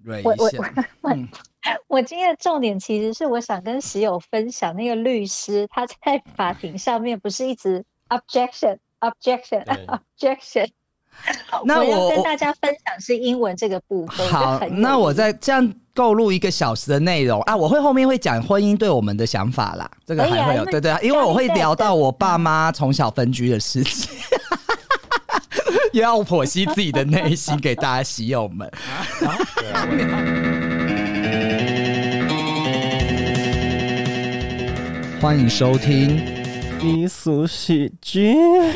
蕊一下。 我今天的重点其实是我想跟喜友分享，那个律师他在法庭上面不是一直 objection。 那我要跟大家分享是英文这个部分。 好，那我再这样购入1个小时的内容啊，我后面会讲婚姻对我们的想法啦，这个还会有，对，因为我会聊到我爸妈从小分居的事情。也要剖析自己的内心给大家喜友们。欢迎收听低俗喜剧。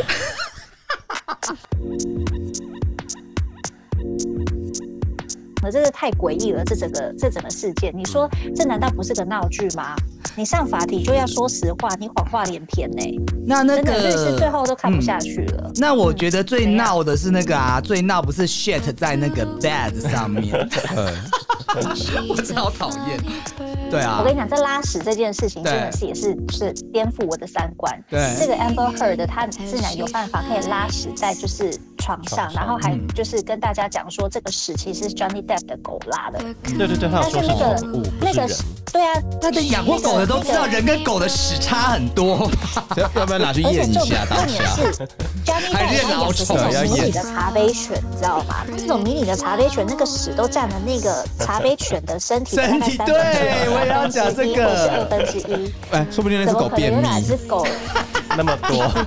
真的太诡异了，这整个事件，你说这难道不是个闹剧吗？你上法庭就要说实话，你谎话连篇呢。 那个真的律师最后都看不下去了。 那我觉得最闹的是那个最闹不是 shit 在那个 bed 上面。我超讨厌。对啊， 我跟你讲，这拉屎这件事情真的是也是颠覆我的三观。 对， 这个 Amber Heard 她竟然有办法可以拉屎在就是床上，然后还就是跟大家讲说这个屎其实是 Johnny Depp 的狗拉的。 对，他说是宠物， 那个对啊， 那的养过狗的都知道，人跟狗的屎差很多。 要不要拿去验一下？当下还练老丑，这种迷你的茶杯犬，你知道吗？这种迷你的茶杯犬，那个屎都占了那个茶杯犬的身体大概3分之对，我也要讲这个， 或是1/2。 哎，说不定那是狗便秘。 哪只狗那么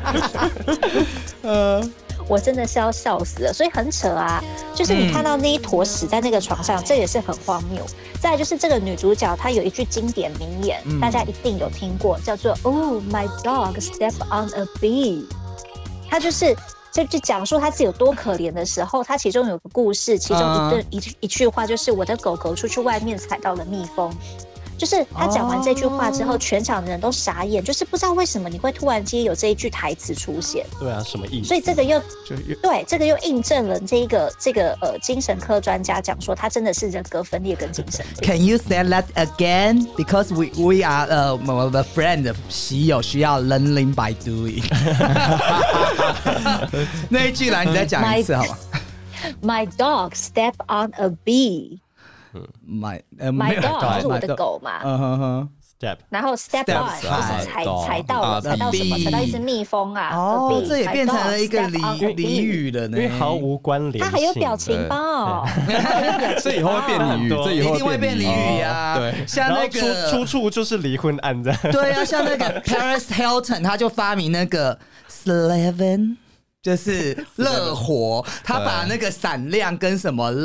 多？我真的是要笑死了，所以很扯啊！就是你看到那一坨屎在那个床上，这也是很荒谬。再来就是这个女主角，她有一句经典名言，大家一定有听过，叫做 "Oh, my dog stepped on a bee"。她就是讲述她自己有多可怜的时候，她其中有个故事，其中一句话就是我的狗狗出去外面踩到了蜜蜂。就是他讲完这句话之后，全场的人都傻眼，就是不知道为什么你会突然间有这一句台词出现。 对啊，什么意思？ 所以这个又印证了这个精神科专家讲说，他真的是人格分裂跟精神病。 Can you say that again? Because we are the friend 喜友需要 learning by doing 。那一句来，你再讲一次好吗 ？My dog stepped on a bee。My dog 就是我的狗嘛。 Step， 然后 step on 就是踩到什么？踩到一只蜜蜂啊。 哦，这也变成了一个俚语了呢， 因为毫无关联性。 它还有表情包， 这以后会变俚语，这以后一定会变俚语呀。对，像那个出处就是离婚案的。 对啊，像那个 Paris Hilton， 他就发明那个 Slevin， 就是乐活，他把那个闪亮跟什么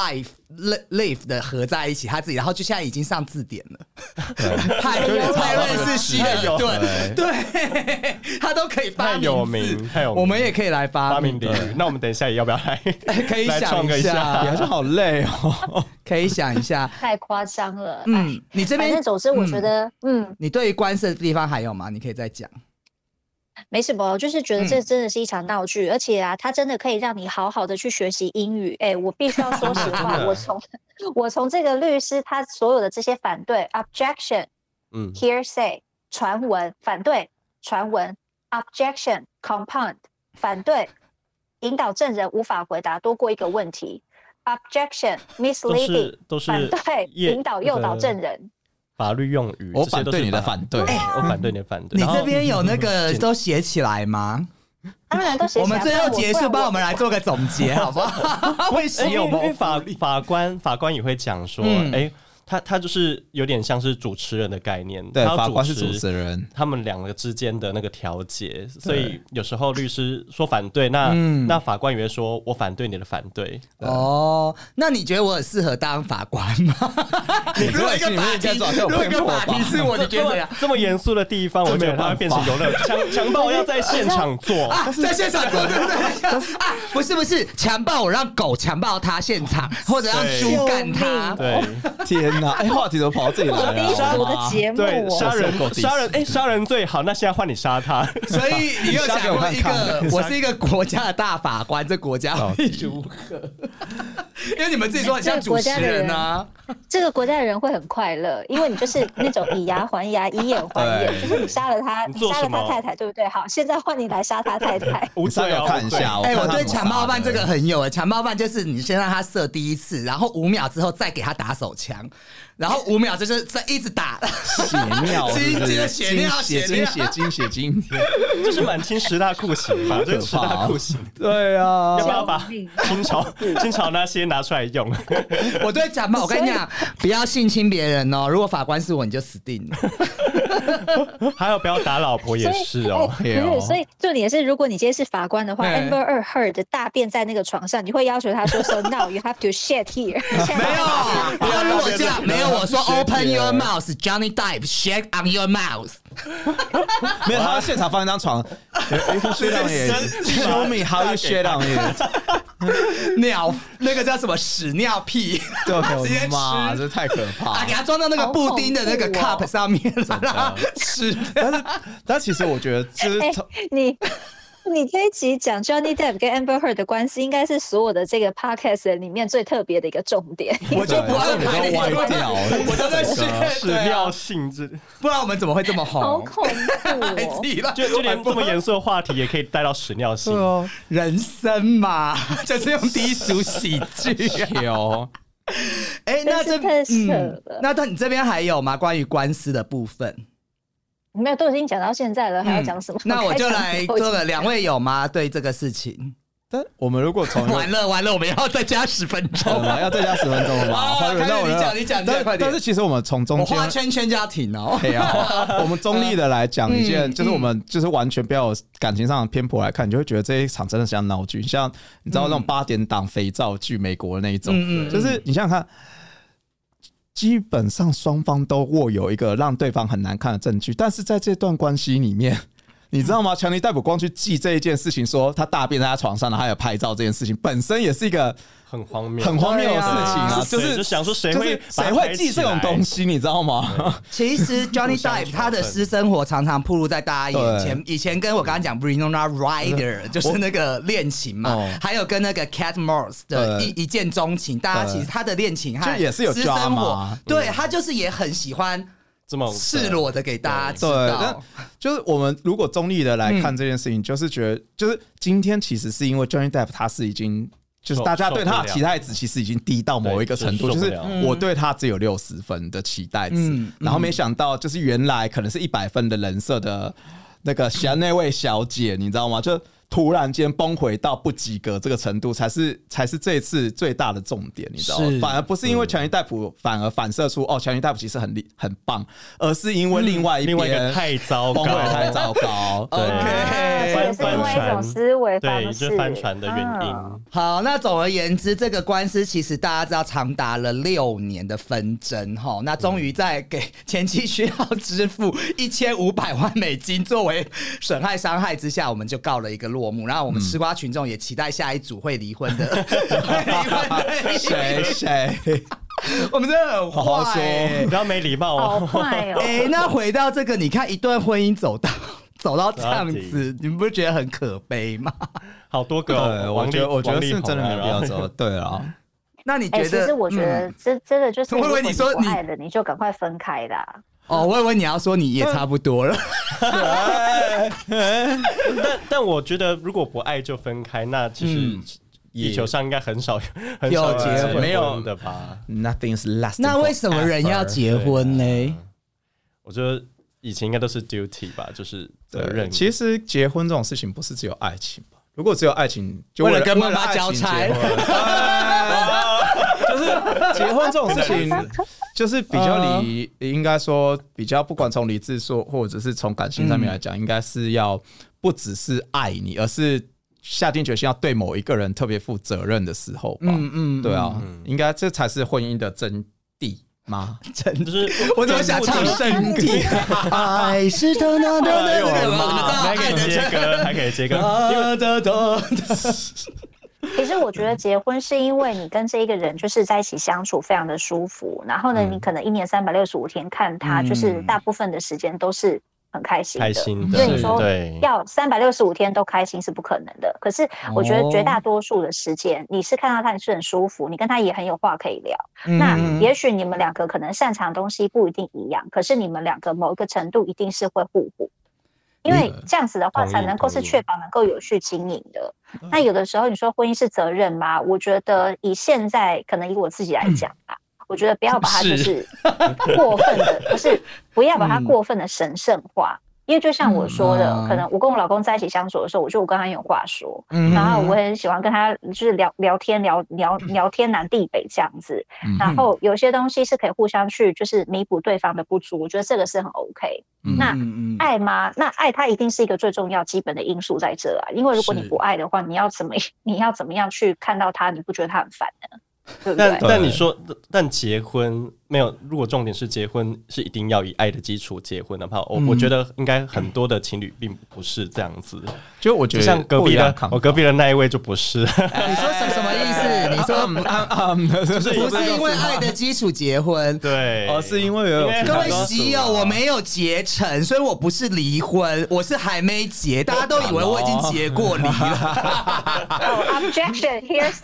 life 的合在一起，他自己，然后就现在已经上字典了。派瑞士西的有，对，他都可以发明， 太有名。 我们也可以来发明俚语。那我们等一下也要不要来？ 可以想一下， 也还是好累哦。 可以想一下， 太夸张了。 你这边， 总之我觉得， 你对于官司的地方还有吗？你可以再讲。 没什么，就是觉得这真的是一场闹剧，而且啊，它真的可以让你好好的去学习英语。我必须要说实话，我从这个律师他所有的这些反对 objection，hearsay 传闻反对传闻 objection compound 反对引导证人无法回答多过一个问题 objection misleading 反对引导诱导证人。 法律用语， 我反对你的反对， 我反对你的反对。 你这边有那个都写起来吗？ 当然都写起来。 我们最后结束，帮我们来做个总结，好不好？会写有因为法官也会讲说，他就是有点像是主持人的概念， 对，法官是主持人， 他们两个之间的那个调解，所以有时候律师说反对，那法官也会说我反对你的反对。 哦，那你觉得我很适合当法官吗？如果一个法庭是我，你觉得怎样？ 这么严肃的地方，我觉得它会变成游乐强暴要在现场做在现场做，对不对？不是强暴，我让狗强暴他现场，或者让猪干他。 对， 天哪！话题都跑到这里来了。 我的节目， 对，杀人罪好，那现在换你杀他。 所以你有想过我是一个国家的大法官，这国家会如何？ 因为你们自己说很像主持人啊。 这个国家的人会很快乐，因为你就是那种以牙还牙，以眼还眼，就是你杀了他，你杀了他太太，对不对？好，现在换你来杀他太太。 我稍微看一下， 我对强暴犯这个很有强暴犯就是你先让他射第一次，然后5秒之后再给他打手枪，然后5秒就是再一直打血尿，血精， 就是满清10大酷刑嘛，这是10大酷刑。 对啊， 要不要把清朝那些拿出来用？ 我对强暴，我跟你讲，不要性侵别人哦。如果法官是我，你就死定了。 还有不要打老婆也是哦。 所以重点是，如果你今天是法官的话 ，Amber Heard 的大便在那个床上，你会要求他说 "So now you have to shit here"。 没有，不要如果这样，没有我说 "Open your mouth, Johnny Depp, shit on your mouth"。 没有，他现场放一张床 ，shit on it，show me how you shit on it。 尿那个叫什么屎尿屁， 对， 直接吃， 这太可怕了。 给他装到那个布丁的那个 cup 上面，让他吃。 但其实我觉得，就是你这一集讲 Johnny Depp 跟 Amber Heard 的关系，应该是所有的这个 podcast 里面最特别的一一个重点。 我就不会把你歪掉， 我就在屎尿性质， 不然我们怎么会这么红？ 好恐怖哦！ 就连这么严肃的话题也可以带到屎尿性。 人生嘛，就是用低俗喜剧有。 哎，那这太扯了。 那你这边还有吗？关于官司的部分？ 没有，都已经讲到现在了，还要讲什么？ 那我就来做个，两位有吗？对这个事情。 但我们如果从完了，我们要再加10分钟要再加10分钟吗？ 你讲，快点。 但是其实我们从中间， 我画圈圈就要停哦。 对啊，我们中立的来讲一件，就是我们就是完全不要有感情上的偏颇来看，你就会觉得这一场真的像闹剧，像你知道那种8点档肥皂剧，美国的那一种，就是你想想看。基本上双方都握有一个让对方很难看的证据，但是在这段关系里面，你知道吗？强尼戴普光去记这一件事情，说他大便在他床上，然后还有拍照这件事情，本身也是一个很荒谬的事情啊！ 就想说谁会记这种东西，你知道吗？ 其实 Johnny Depp 他的私生活常常暴露在大家眼前。以前跟我刚刚讲 Winona Ryder 就是那个恋情嘛，还有跟那个 Kate Moss 的一见钟情，大家其实他的恋情和也是有私生活，对他就是也很喜欢。这么赤裸的给大家知道， 就是我们如果中立的来看这件事情，就是觉得，就是今天其实是因为 Johnny Depp 他是已经，就是大家对他的期待值其实已经低到某一个程度，就是我对他只有60分的期待值，然后没想到就是原来可能是100分的人设的那个那位小姐，你知道吗？就突然间崩毁到不及格这个程度，才是这一次最大的重点，你知道吗？反而不是因为强尼戴普反而反射出强尼戴普其实很棒，而是因为另外一边太糟糕， 崩毁太糟糕。 对，是另外一种思维方式， 对，就是翻船的原因。 好，那总而言之，这个官司其实大家知道长达了6年的纷争，那终于在给前妻需要支付1500万美金作为损害伤害之下，我们就告了一个落幕。然后我们吃瓜群众也期待下一组会离婚的， 谁？ 我们真的很坏， 好好说， 不要没礼貌哦，好坏哦。 那回到这个，你看一段婚姻走到这样子，你们不是觉得很可悲吗？ 好多个， 我觉得是真的没必要走。对啊， 那你觉得？ 其实我觉得真的就是， 我以为你说你爱了，你就赶快分开啦。 我以为你要说你也差不多了。 但我觉得如果不爱就分开，那其实地球上应该很少有结婚没有的吧 ？Nothing's lasting。 那为什么人要结婚呢？ 我觉得以前应该都是 duty 吧，就是责任。 其实结婚这种事情不是只有爱情吧？如果只有爱情，就为了跟妈妈交差。 就是结婚这种事情，就是比较应该说比较，不管从理智说，或者是从感性上面来讲，应该是要不只是爱你，而是下定决心要对某一个人特别负责任的时候吧。对啊，应该这才是婚姻的真谛吗？ 就是我怎么想唱真谛？爱是多么的还可以接歌， 其实我觉得结婚是因为你跟这一个人就是在一起相处非常的舒服，然后呢，你可能1年365天看他，就是大部分的时间都是很开心的。 因为你说要365天都开心是不可能的。可是我觉得绝大多数的时间，你是看到他你是很舒服，你跟他也很有话可以聊。那也许你们两个可能擅长的东西不一定一样，可是你们两个某一个程度一定是会互补。因为这样子的话，才能够是确保能够有序经营的。那有的时候你说婚姻是责任吗？我觉得以现在可能以我自己来讲啊，我觉得不要把它就是过分的，不要把它过分的神圣化。因为就像我说的，可能我跟我老公在一起相处的时候，我觉得我跟他有话说，然后我很喜欢跟他就是聊天南地北这样子，然后有些东西是可以互相去就是弥补对方的不足，我觉得这个是很 OK。那爱吗？那爱它一定是一个最重要基本的因素在这啊，因为如果你不爱的话，你要怎么样去看到他，你不觉得他很烦呢？对不对？ 但你说，但结婚没有，如果重点是结婚是一定要以爱的基础结婚的话，我觉得应该很多的情侣并不是这样子。 就我觉得像我隔壁的那一位就不是。 你说什么意思？你说不是因为爱的基础结婚， 对， 是因为各位喜友，我没有结成，所以我不是离婚，我是还没结，大家都以为我已经结过离了。 Objection,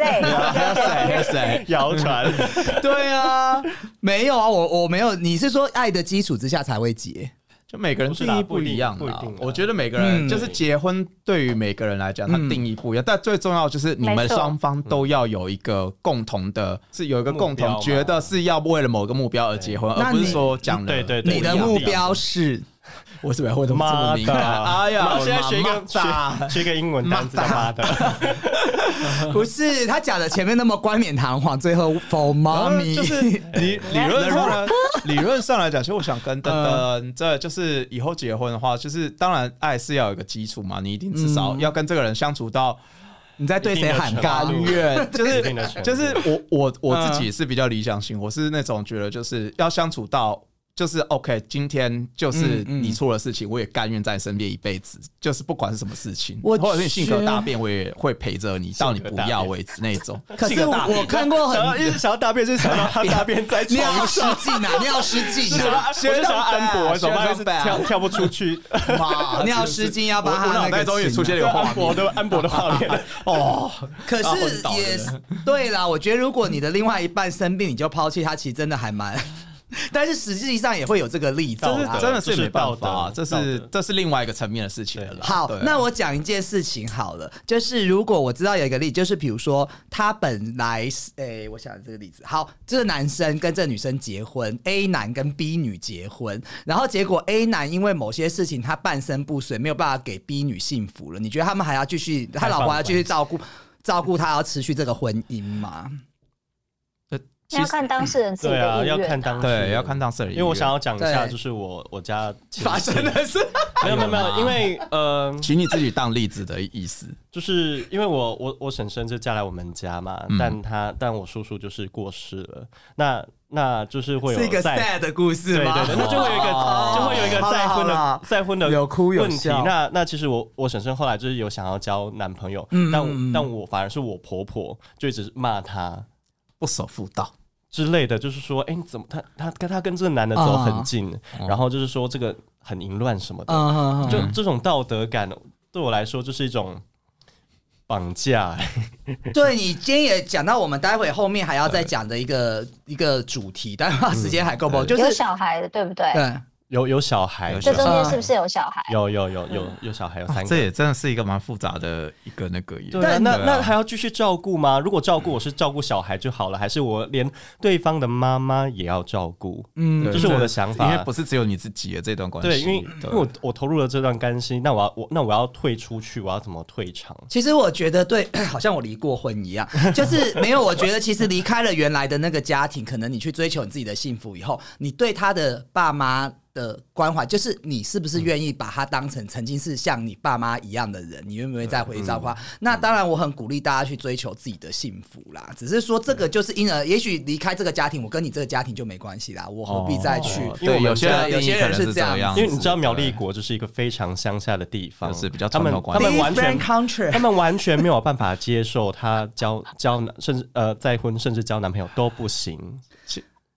hearsay. 谣传。 对啊，没有啊，我没有。你是说爱的基础之下才会结？ 就每个人定义不一样啦。我觉得每个人就是结婚对于每个人来讲，他定义不一样。但最重要就是你们双方都要有一个共同的，是有一个共同觉得是要为了某个目标而结婚，而不是说讲的。 对， 你的目标是。 我是不是会这么敏感？哎呀， 我现在学一个英文单词，他妈的， 不是他讲的前面那么冠冕堂皇，最后 for mommy， 就是理论上来讲，其实我想跟登登，这就是以后结婚的话，就是当然爱是要有一个基础嘛，你一定至少要跟这个人相处到。 你在对谁喊甘愿？就是我自己是比较理想型，我是那种觉得就是要相处到。就是 OK， 今天就是你出了事情，我也甘愿在你身边一辈子。就是不管是什么事情，或者是你性格大变，我也会陪着你到你不要为止那种。 可是我看过想要大便，就是想要他大便在床尿失禁啊，尿失禁啊！我就想要安博，怎么办？跳不出去， 尿失禁要把他脑袋中也出现一个安博的画面哦。可是也对啦，我觉得如果你的另外一半生病，你就抛弃他，其实真的还蛮。但是实际上也会有这个例子， 真的是没办法，这是另外一个层面的事情了啦。 好，那我讲一件事情好了，就是如果我知道有一个例子，就是比如说他本来我想这个例子，好，这个男生跟这个女生结婚 ，A 男跟 B 女结婚，然后结果 A 男因为某些事情他半身不遂，没有办法给 B 女幸福了，你觉得他们还要继续，他老婆还要继续照顾他，要持续这个婚姻吗？ 要看当事人自己的意愿， 要看当事人， 对，要看当事人。 因为我想要讲一下，就是我家发生的事， 没有，因为请你自己当例子的意思， 就是因为我婶婶就嫁来我们家嘛，但我叔叔就是过世了，那就是会有是一个 sad 的故事吗？ 对，那就会有一个再婚的有哭有问题。那其实我婶婶后来就是有想要交男朋友，但我反而是我婆婆就一直骂他。 不守妇道之类的，就是说，你怎么他跟这个男的走很近，然后就是说这个很淫乱什么的，就这种道德感对我来说就是一种绑架。 对，你今天也讲到我们待会后面还要再讲的一个主题，但是时间还够不够？就是有小孩的，对不对？ 对。 有小孩， 这中间是不是有小孩？ 有小孩，有3个。 这也真的是一个蛮复杂的一个那个。 对，那还要继续照顾吗？如果照顾我是照顾小孩就好了，还是我连对方的妈妈也要照顾？这是我的想法。 因为不是只有你自己的这段关系。 对，因为我投入了这段关系，那我要退出去，我要怎么退场？ 其实我觉得对，好像我离过婚一样，就是没有。我觉得其实离开了原来的那个家庭，可能你去追求你自己的幸福以后，你对他的爸妈的关怀，就是你是不是愿意把他当成曾经是像你爸妈一样的人，你愿不愿意再回去照顾他？那当然我很鼓励大家去追求自己的幸福啦，只是说这个就是因而也许离开这个家庭，我跟你这个家庭就没关系啦，我何必再去？ 因为有些人是这样， 因为你知道苗栗国就是一个非常乡下的地方， 是比较传统观念，他们完全没有办法接受他甚至再婚甚至交男朋友都不行。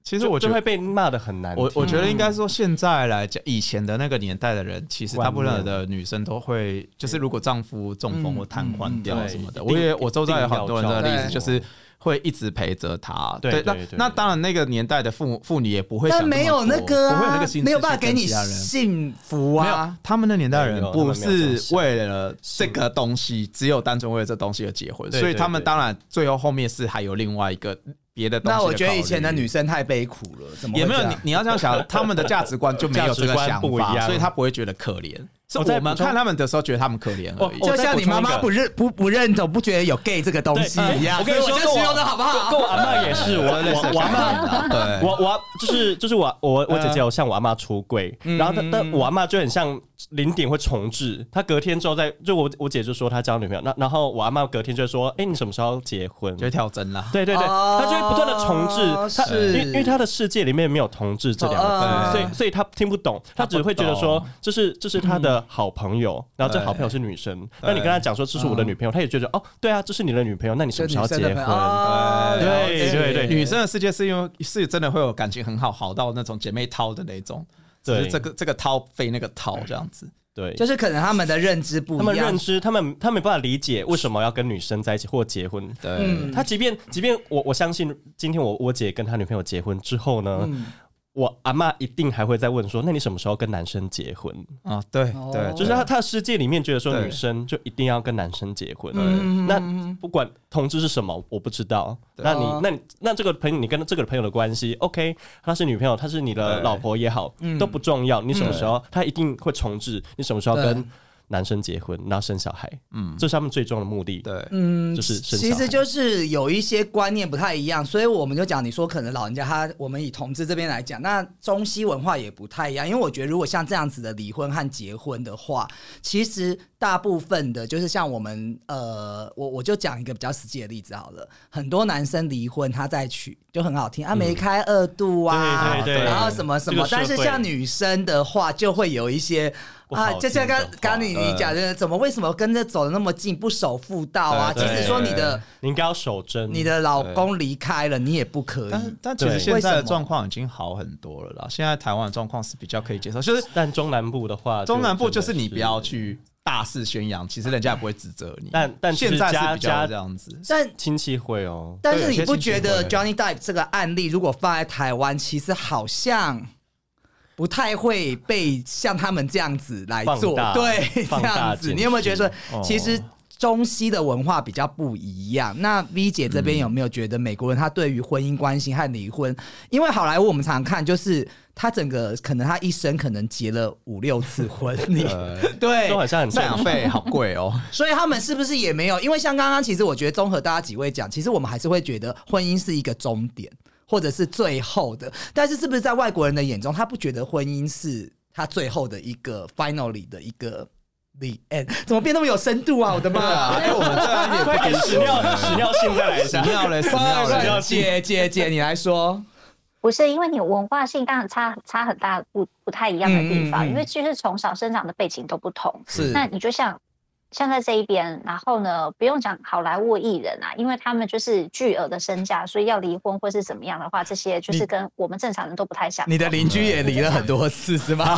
其实我觉得就会被骂的很难听。 我觉得应该说现在来讲，以前的那个年代的人，其实大部分的女生都会，就是如果丈夫中风或瘫痪掉什么的，我周遭有很多人的例子，就是会一直陪着他。对，那当然那个年代的妇女也不会想， 但没有那个不会有那个心思， 没有办法给你幸福啊。 没有，他们的年代人不是为了这个东西，只有单纯为了这东西而结婚，所以他们当然最后面是还有另外一个别的东西。 那我觉得以前的女生太悲苦了，怎么会也没有你要这样想，他们的价值观就没有这个想法，所以他不会觉得可怜。是我们看他们的时候觉得他们可怜而已， 就像你妈妈不认同，不觉得有 gay 这个东西一样。 我跟你说， 形容的好不好？ 跟我阿嬷也是，我阿嬷，对，我就是我姐姐有向我阿嬷出柜，然后但我阿嬷就很像0点会重置，她隔天之后就我姐就说她交女朋友，然后我阿嬷隔天就会说，你什么时候要结婚？ 就会跳针啦。 对，她就会不断的重置，因为她的世界里面没有同志这2个字，所以她听不懂，她只会觉得说这是她的好朋友，然后这好朋友是女生，那你跟她讲说这是我的女朋友，她也觉得对啊，这是你的女朋友，那你什么时候要结婚？对， 女生的世界是因为是真的会有感情很好到那种姐妹淘的那种，只是这个掏飞那个掏这样子。 对， 就是可能他们的认知不一样， 他们认知，他没办法理解为什么要跟女生在一起或结婚。 对， 他即便我相信今天我姐跟她女朋友结婚之后呢，我阿嬷一定还会再问说，那你什么时候跟男生结婚啊？对， 就是他的世界里面觉得说女生就一定要跟男生结婚。那不管同志是什么，我不知道。那这个朋友，你跟这个朋友的关系 ，OK， 他是女朋友，他是你的老婆也好，都不重要。你什么时候他一定会重置？你什么时候跟男生结婚，然后生小孩，这是他们最终的目的。 对， 就是生小孩。 其实就是有一些观念不太一样，所以我们就讲，你说可能老人家我们以同志这边来讲，那中西文化也不太一样。因为我觉得，如果像这样子的离婚和结婚的话，其实大部分的，就是像我们我就讲一个比较实际的例子好了，很多男生离婚他再娶就很好听啊，梅开2度啊， 对， 然后什么什么，但是像女生的话，就会有一些。就像刚你讲的，为什么跟着走的那么近，不守妇道啊？即使说你应该要守贞， 你的老公离开了，你也不可以。 但其实现在的状况已经好很多了啦。现在台湾的状况是比较可以接受，就是但中南部的话， 中南部就是你不要去大肆宣扬，其实人家也不会指责你。 但现在是比较这样子， 但亲戚会哦。 但是你不觉得 Johnny Depp 这个案例如果放在台湾，其实好像不太会被像他们这样子来做，对，这样子，你有没有觉得说，其实中西的文化比较不一样？那 V 姐这边有没有觉得美国人他对于婚姻关系和离婚，因为好莱坞我们常常看，就是他整个可能他一生可能结了5-6次婚礼，对， 都好像很赡养费好贵哦。 所以他们是不是也没有？因为像刚刚，其实我觉得综合大家几位讲，其实我们还是会觉得婚姻是一个终点。或者是最后的，但是是不是在外国人的眼中，他不觉得婚姻是他最后的一个 finally 的一个 the end？ 怎么变那么有深度啊！我的妈啊！ 我们这样也快给屎尿性再来一下， 屎尿姐，你来说。 不是，因为你文化性当然差很大，不太一样的地方，因为其实从小生长的背景都不同。 是， 那你就像在这一边，然后呢，不用讲好莱坞艺人啊，因为他们就是巨额的身价，所以要离婚或是怎么样的话，这些就是跟我们正常人都不太像。 你的邻居也离了很多次是吗？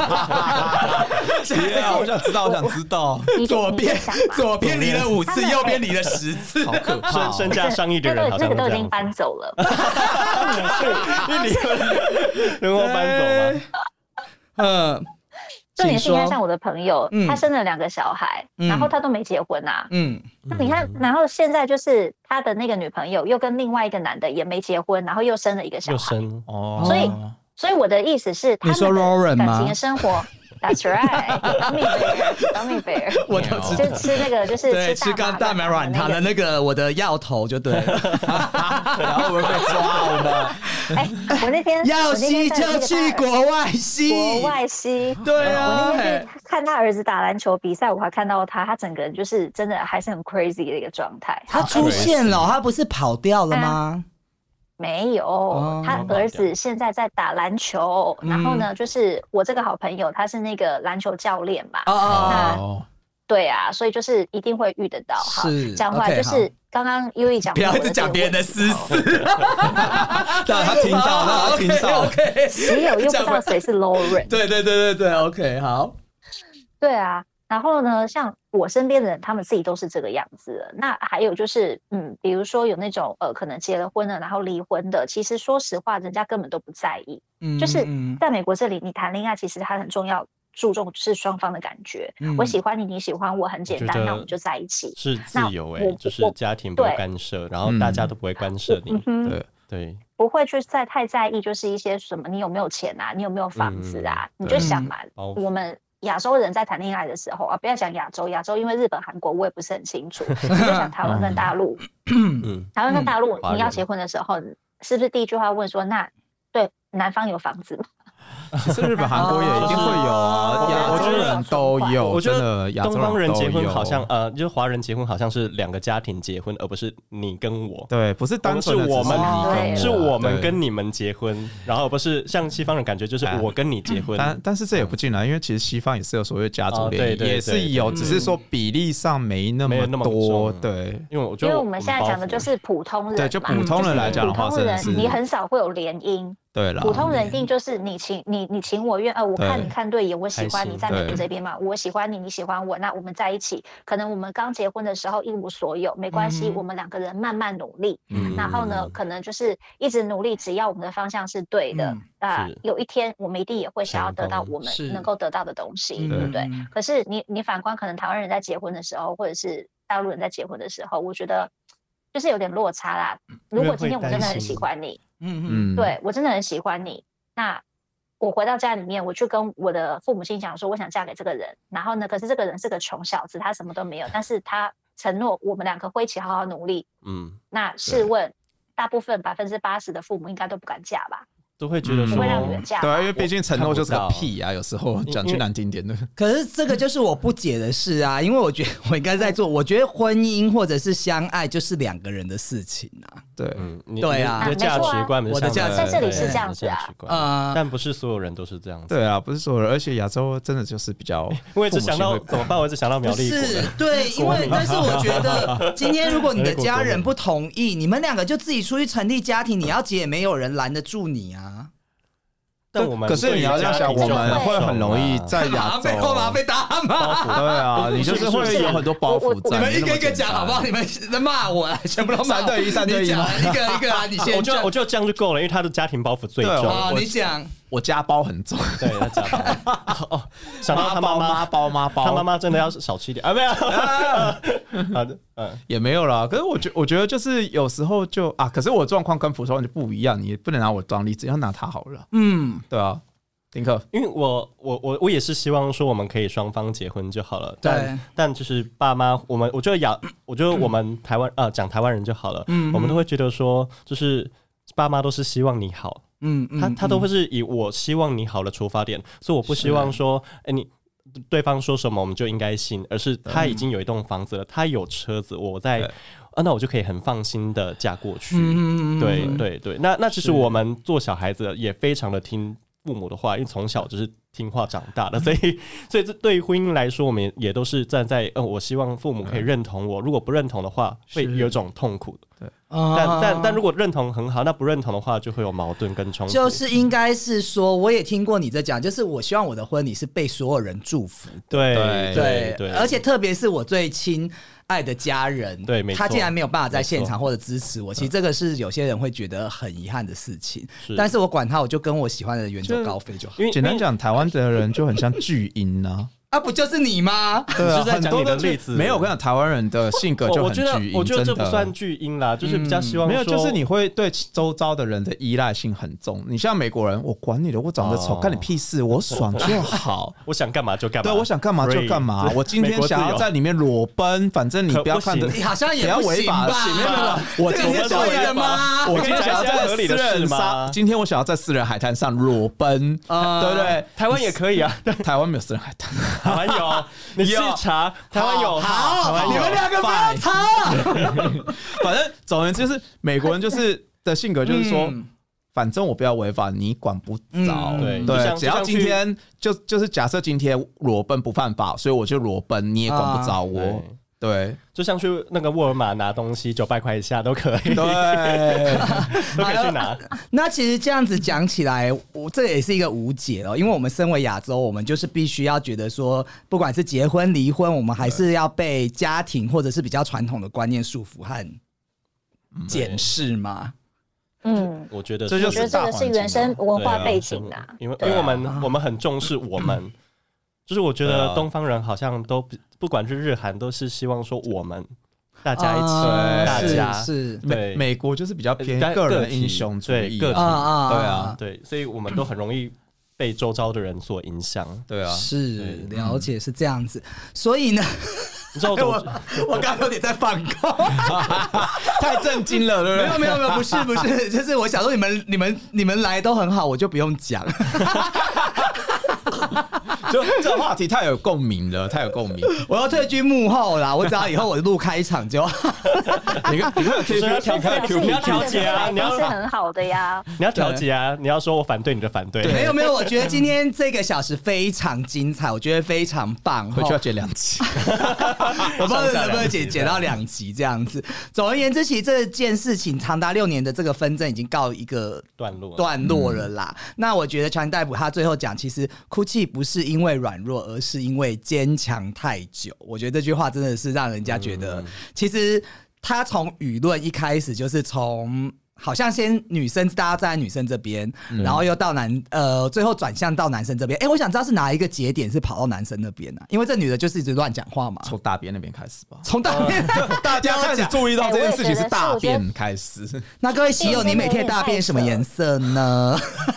我想知道。 左边离了5次，右边离了10次， 好可怕！ 身价上亿的人， 那个都已经搬走了。 你离婚，人后搬走吗？ 重点是应该像我的朋友，他生了2个小孩，然后他都没结婚啊。那你看，然后现在就是他的那个女朋友又跟另外一个男的也没结婚，然后又生了1个小孩。所以我的意思是，他们的感情的生活。That's right, gummy bear， 我都知道， 就吃那个，就是吃大麻软糖的那个我的药头就对了， 然后我被抓了。 我那天要吸就去国外吸，对啊。 我那天看他儿子打篮球比赛，我还看到他整个人就是真的还是很 crazy 的一个状态。 他出现了，他不是跑掉了吗？ 没有，他儿子现在在打篮球，然后呢，就是我这个好朋友，他是那个篮球教练嘛。对啊，所以就是一定会遇得到。好，讲回来就是刚刚优一讲， 不要一直讲别人的私事， 让他听到， 听到。 只有又不知道谁是 Lauren。 对 ，OK， 好。 对啊，然后呢，像我身边的人，他们自己都是这个样子的。那还有就是，比如说有那种可能结了婚了，然后离婚的，其实说实话，人家根本都不在意。就是在美国这里，你谈恋爱其实它很重要。注重是双方的感觉，我喜欢你，你喜欢我，很简单，那我们就在一起。 是自由就是家庭不会干涉，然后大家都不会干涉你，对， 不会去太在意，就是一些什么你有没有钱啊，你有没有房子啊，你就想嘛，我们亚洲人在谈恋爱的时候啊，不要讲亚洲，因为日本、韩国我也不是很清楚，你就讲台湾跟大陆，台湾跟大陆，你要结婚的时候，是不是第一句话问说，那对男方有房子吗？ 其实日本、韩国也一定会有啊，亚洲人都有。 我觉得东方人结婚好像就是华人结婚好像是两个家庭结婚，而不是你跟我。 对，不是单纯的是我们跟你们结婚，然后不是像西方人感觉就是我跟你结婚。 但是这也不进来，因为其实西方也是有所谓家族联谊，也是有，只是说比例上没那么多。对， 因为我们现在讲的就是普通人， 对，就普通人来讲的话， 普通人你很少会有联姻。 对啦， 普通人一定就是你情我愿，我看你看对眼，我喜欢你，在美国这边嘛，我喜欢你，你喜欢我，那我们在一起。可能我们刚结婚的时候一无所有，没关系，我们两个人慢慢努力，然后呢，可能就是一直努力，只要我们的方向是对的，有一天我们一定也会想要得到我们能够得到的东西，对不对？可是你反观，可能台湾人在结婚的时候，或者是大陆人在结婚的时候，我觉得就是有点落差啦。如果今天我真的很喜欢你。对，我真的很喜欢你。那我回到家里面，我去跟我的父母亲讲说，我想嫁给这个人。然后呢，可是这个人是个穷小子，他什么都没有，但是他承诺我们两个会一起好好努力。那试问，大部分80%的父母应该都不敢嫁吧？ 都会觉得说， 不会让女人嫁。 对，因为毕竟承诺就是个屁啊，有时候讲句难听点的。 可是这个就是我不解的事啊，因为我觉得我应该在做，我觉得婚姻或者是相爱就是两个人的事情啊。 对， 对啊， 你的价值观， 我的价值在这里是这样子啊，但不是所有人都是这样子。 对啊，不是所有人，而且亚洲真的就是比较， 我一直想到怎么办，我一直想到苗栗国。 是，对，因为但是我觉得今天如果你的家人不同意，你们两个就自己出去成立家庭，你要结也没有人拦得住你啊。 但我们可是你要这样想，我们会很容易在亚洲被打吗？ 对啊，你就是会有很多包袱在。 你们一个一个讲好不好？你们骂我啦，全部都骂。3对1，一个啊！你先， 我觉得这样就够了，因为他的家庭包袱最重。 你讲。 我家包很重， 对，他家包。想到他妈包，他妈妈真的要少吃一点啊？没有，好的， 也没有啦。可是我觉得就是有时候就啊，可是我状况跟普通人就不一样，你不能拿我当例子，要拿他好了。对啊，丁克， 因为我也是希望说我们可以双方结婚就好了，但就是爸妈，我觉得我们台湾讲台湾人就好了，我们都会觉得说，就是爸妈都是希望你好。他都会是以我希望你好的出发点，所以我不希望说，你对方说什么我们就应该信，而是他已经有一栋房子了，他有车子，我在那我就可以很放心的嫁过去。对，那其实我们做小孩子也非常的听父母的话，因为从小就是听话长大的，所以这对于婚姻来说，我们也都是站在我希望父母可以认同我，如果不认同的话，会有一种痛苦的。对，但如果认同很好，那不认同的话就会有矛盾跟冲突。 就是应该是说，我也听过你在讲，就是我希望我的婚礼是被所有人祝福。 对， 而且特别是我最亲爱的家人， 对，没错， 他竟然没有办法在现场或者支持我，其实这个是有些人会觉得很遗憾的事情。但是我管他，我就跟我喜欢的人远走高飞就好。 因为简单讲，台湾的人就很像巨婴啊。 不就是你吗？ 对啊， 是在讲你的例子。 没有，我跟你讲，台湾人的性格就很巨婴。 我觉得这不算巨婴啦，就是比较希望没有，就是你会对周遭的人的依赖性很重。你像美国人，我管你的，我长得丑，干你屁事，我爽就好。 我想干嘛就干嘛。 对，我想干嘛就干嘛。我今天想要在里面裸奔，反正你不要看着， 你好像也不违法吧？没有，我今天想要我今天想要在私人今天我想要在私人海滩上裸奔，对不对？ 台湾也可以啊， 台湾没有私人海滩， 台湾有。你去查台湾有， 好，你们两个不要查。 反正总而言之，就是美国人就是的性格，就是说，反正我不要违法，你管不着。对，只要今天就是假设今天裸奔不犯法，所以我就裸奔，你也管不着我。 对， 就像去那个沃尔玛拿东西，900块以下都可以， 对， 都可以去拿。 那其实这样子讲起来，这也是一个无解哦，因为我们身为亚洲，我们就是必须要觉得说，不管是结婚离婚，我们还是要被家庭或者是比较传统的观念束缚和检视嘛。 我觉得这个是原生文化背景啊， 因为我们很重视我们，就是我觉得东方人好像都不管是日韩，都是希望说我们大家一起，大家是美国就是比较偏个人英雄主义， 个体，对啊， 对，所以我们都很容易被周遭的人所影响， 对啊， 是了解是这样子，所以呢。我刚刚有点在放空， 太震惊了，对不对？ 没有，不是，就是我想说你们来都很好，我就不用讲。 就这话题太有共鸣了，太有共鸣。 我要退居幕后啦，我只要以后我录开场就好。 你要调节啊， 你要是很好的呀， 你要调节啊，你要说我反对你就反对。 没有，我觉得今天这个小时非常精彩，我觉得非常棒。 回去要剪2集， 我不知道能不能剪到2集这样子。总而言之，其实这件事情长达6年的这个纷争已经告一个段落了啦。那我觉得强尼戴普他最后讲，其实哭泣不是因为软弱，而是因为坚强太久。我觉得这句话真的是让人家觉得，其实他从舆论一开始就是从好像先女生大家站在女生这边，然后又到最后转向到男生这边。我想知道是哪一个节点是跑到男生那边啊？因为这女的就是一直乱讲话嘛。 从大便那边开始吧。 从大便， 大家开始注意到这件事情是大便开始。 那各位喜友，你每天大便什么颜色呢？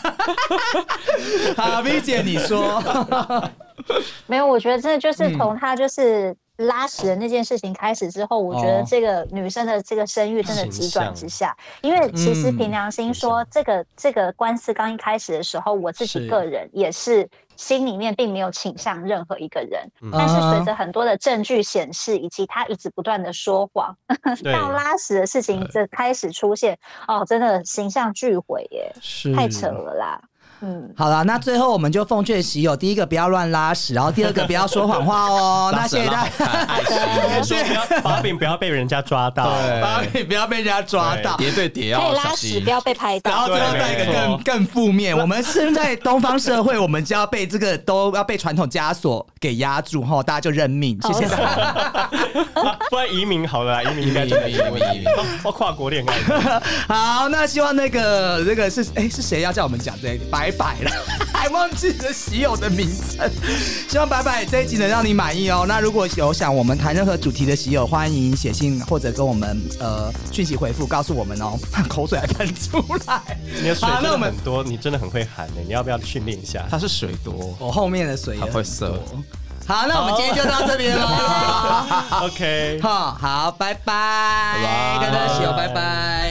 好 ，V 姐你说。 没有，我觉得这就是从他就是拉屎的那件事情开始之后，我觉得这个女生的这个声誉真的急转直下。因为其实凭良心说，这个官司刚一开始的时候，我自己个人也是心里面并没有倾向任何一个人，但是随着很多的证据显示，以及他一直不断的说谎，到拉屎的事情这开始出现，真的形象俱毁耶，太扯了啦。 好啦，那最后我们就奉劝喜友，第一个不要乱拉屎，然后第二个不要说谎话哦。那谢谢大家。 说把柄不要被人家抓到， 把柄不要被人家抓到， 叠对叠要可以拉屎，不要被拍到。 然后最后再一个更负面，我们现在东方社会，我们就要被这个都要被传统枷锁给压住哈，大家就认命。谢谢大家。 不然移民好了，移民应该就移民，跨国恋爱。 好，那希望那个是谁要叫我们讲这一点？白白了，还忘记了喜友的名称。希望白白这一集能让你满意哦。那如果有想我们谈任何主题的喜友，欢迎写信或者跟我们讯息回复，告诉我们哦。口水还喷出来， 你的水真的很多，你真的很会喊你要不要训练一下？ 他是水多， 我后面的水也很会射。 好，那我们今天就到这边了。 OK， 好，拜拜，跟大家喜友拜拜。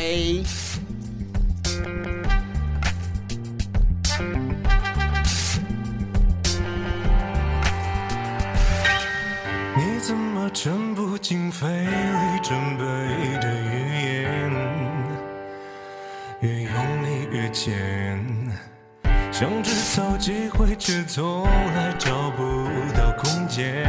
你怎么沉不进肺里准备的语言，越用力越尖，想制造机会却从来找不到空间。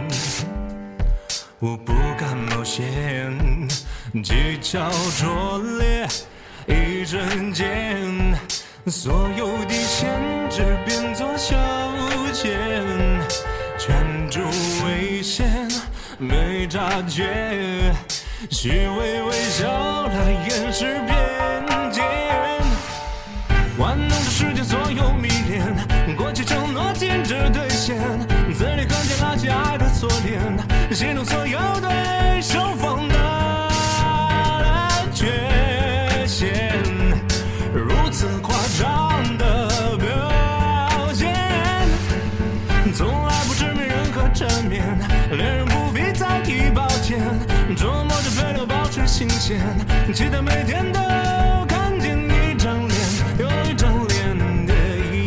我不敢冒险，技巧拙劣，一瞬间所有底线只变作消遣，全注危险没察觉，虚伪微笑来掩饰偏见，玩弄着世界所有迷恋，过去承诺坚持兑现，字里行间拉起爱的锁链，心中所有对手放大的缺陷，如此夸张的表现，从来不直面任何正面，恋人不必在意抱歉，琢磨着配料保持新鲜，期待每天都看见一张脸又一张脸的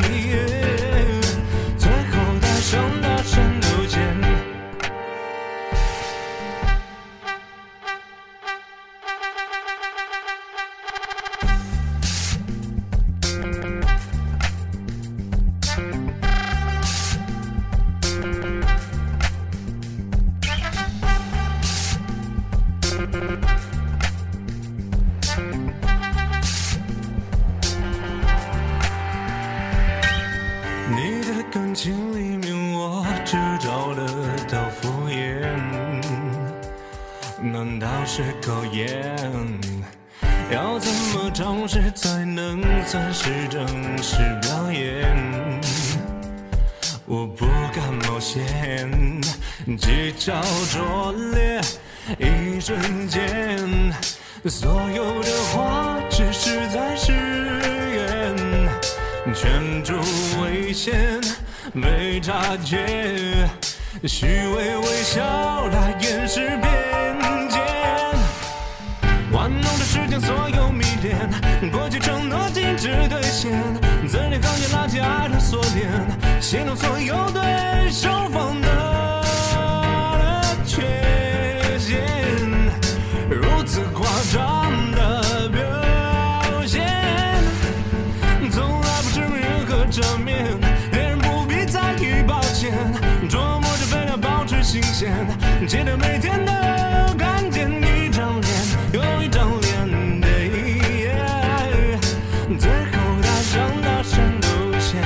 最后大声大声流溅。 都敷衍，难道是狗眼？要怎么尝试才能算是正式表演？我不敢冒险，计较拙劣，一瞬间，所有的话只是在誓言，全注危险，没察觉，虚伪微笑来掩饰边界，玩弄着时间所有迷恋，过去承诺禁止兑现，字里行间拉起爱的锁链，写弄所有对手方的缺陷，如此夸张的表现，从来不承认任何正面，别人不必在意抱歉，琢磨着飞鸟保持新鲜，记得每天都看见一张脸又一张脸，最后大声露馅。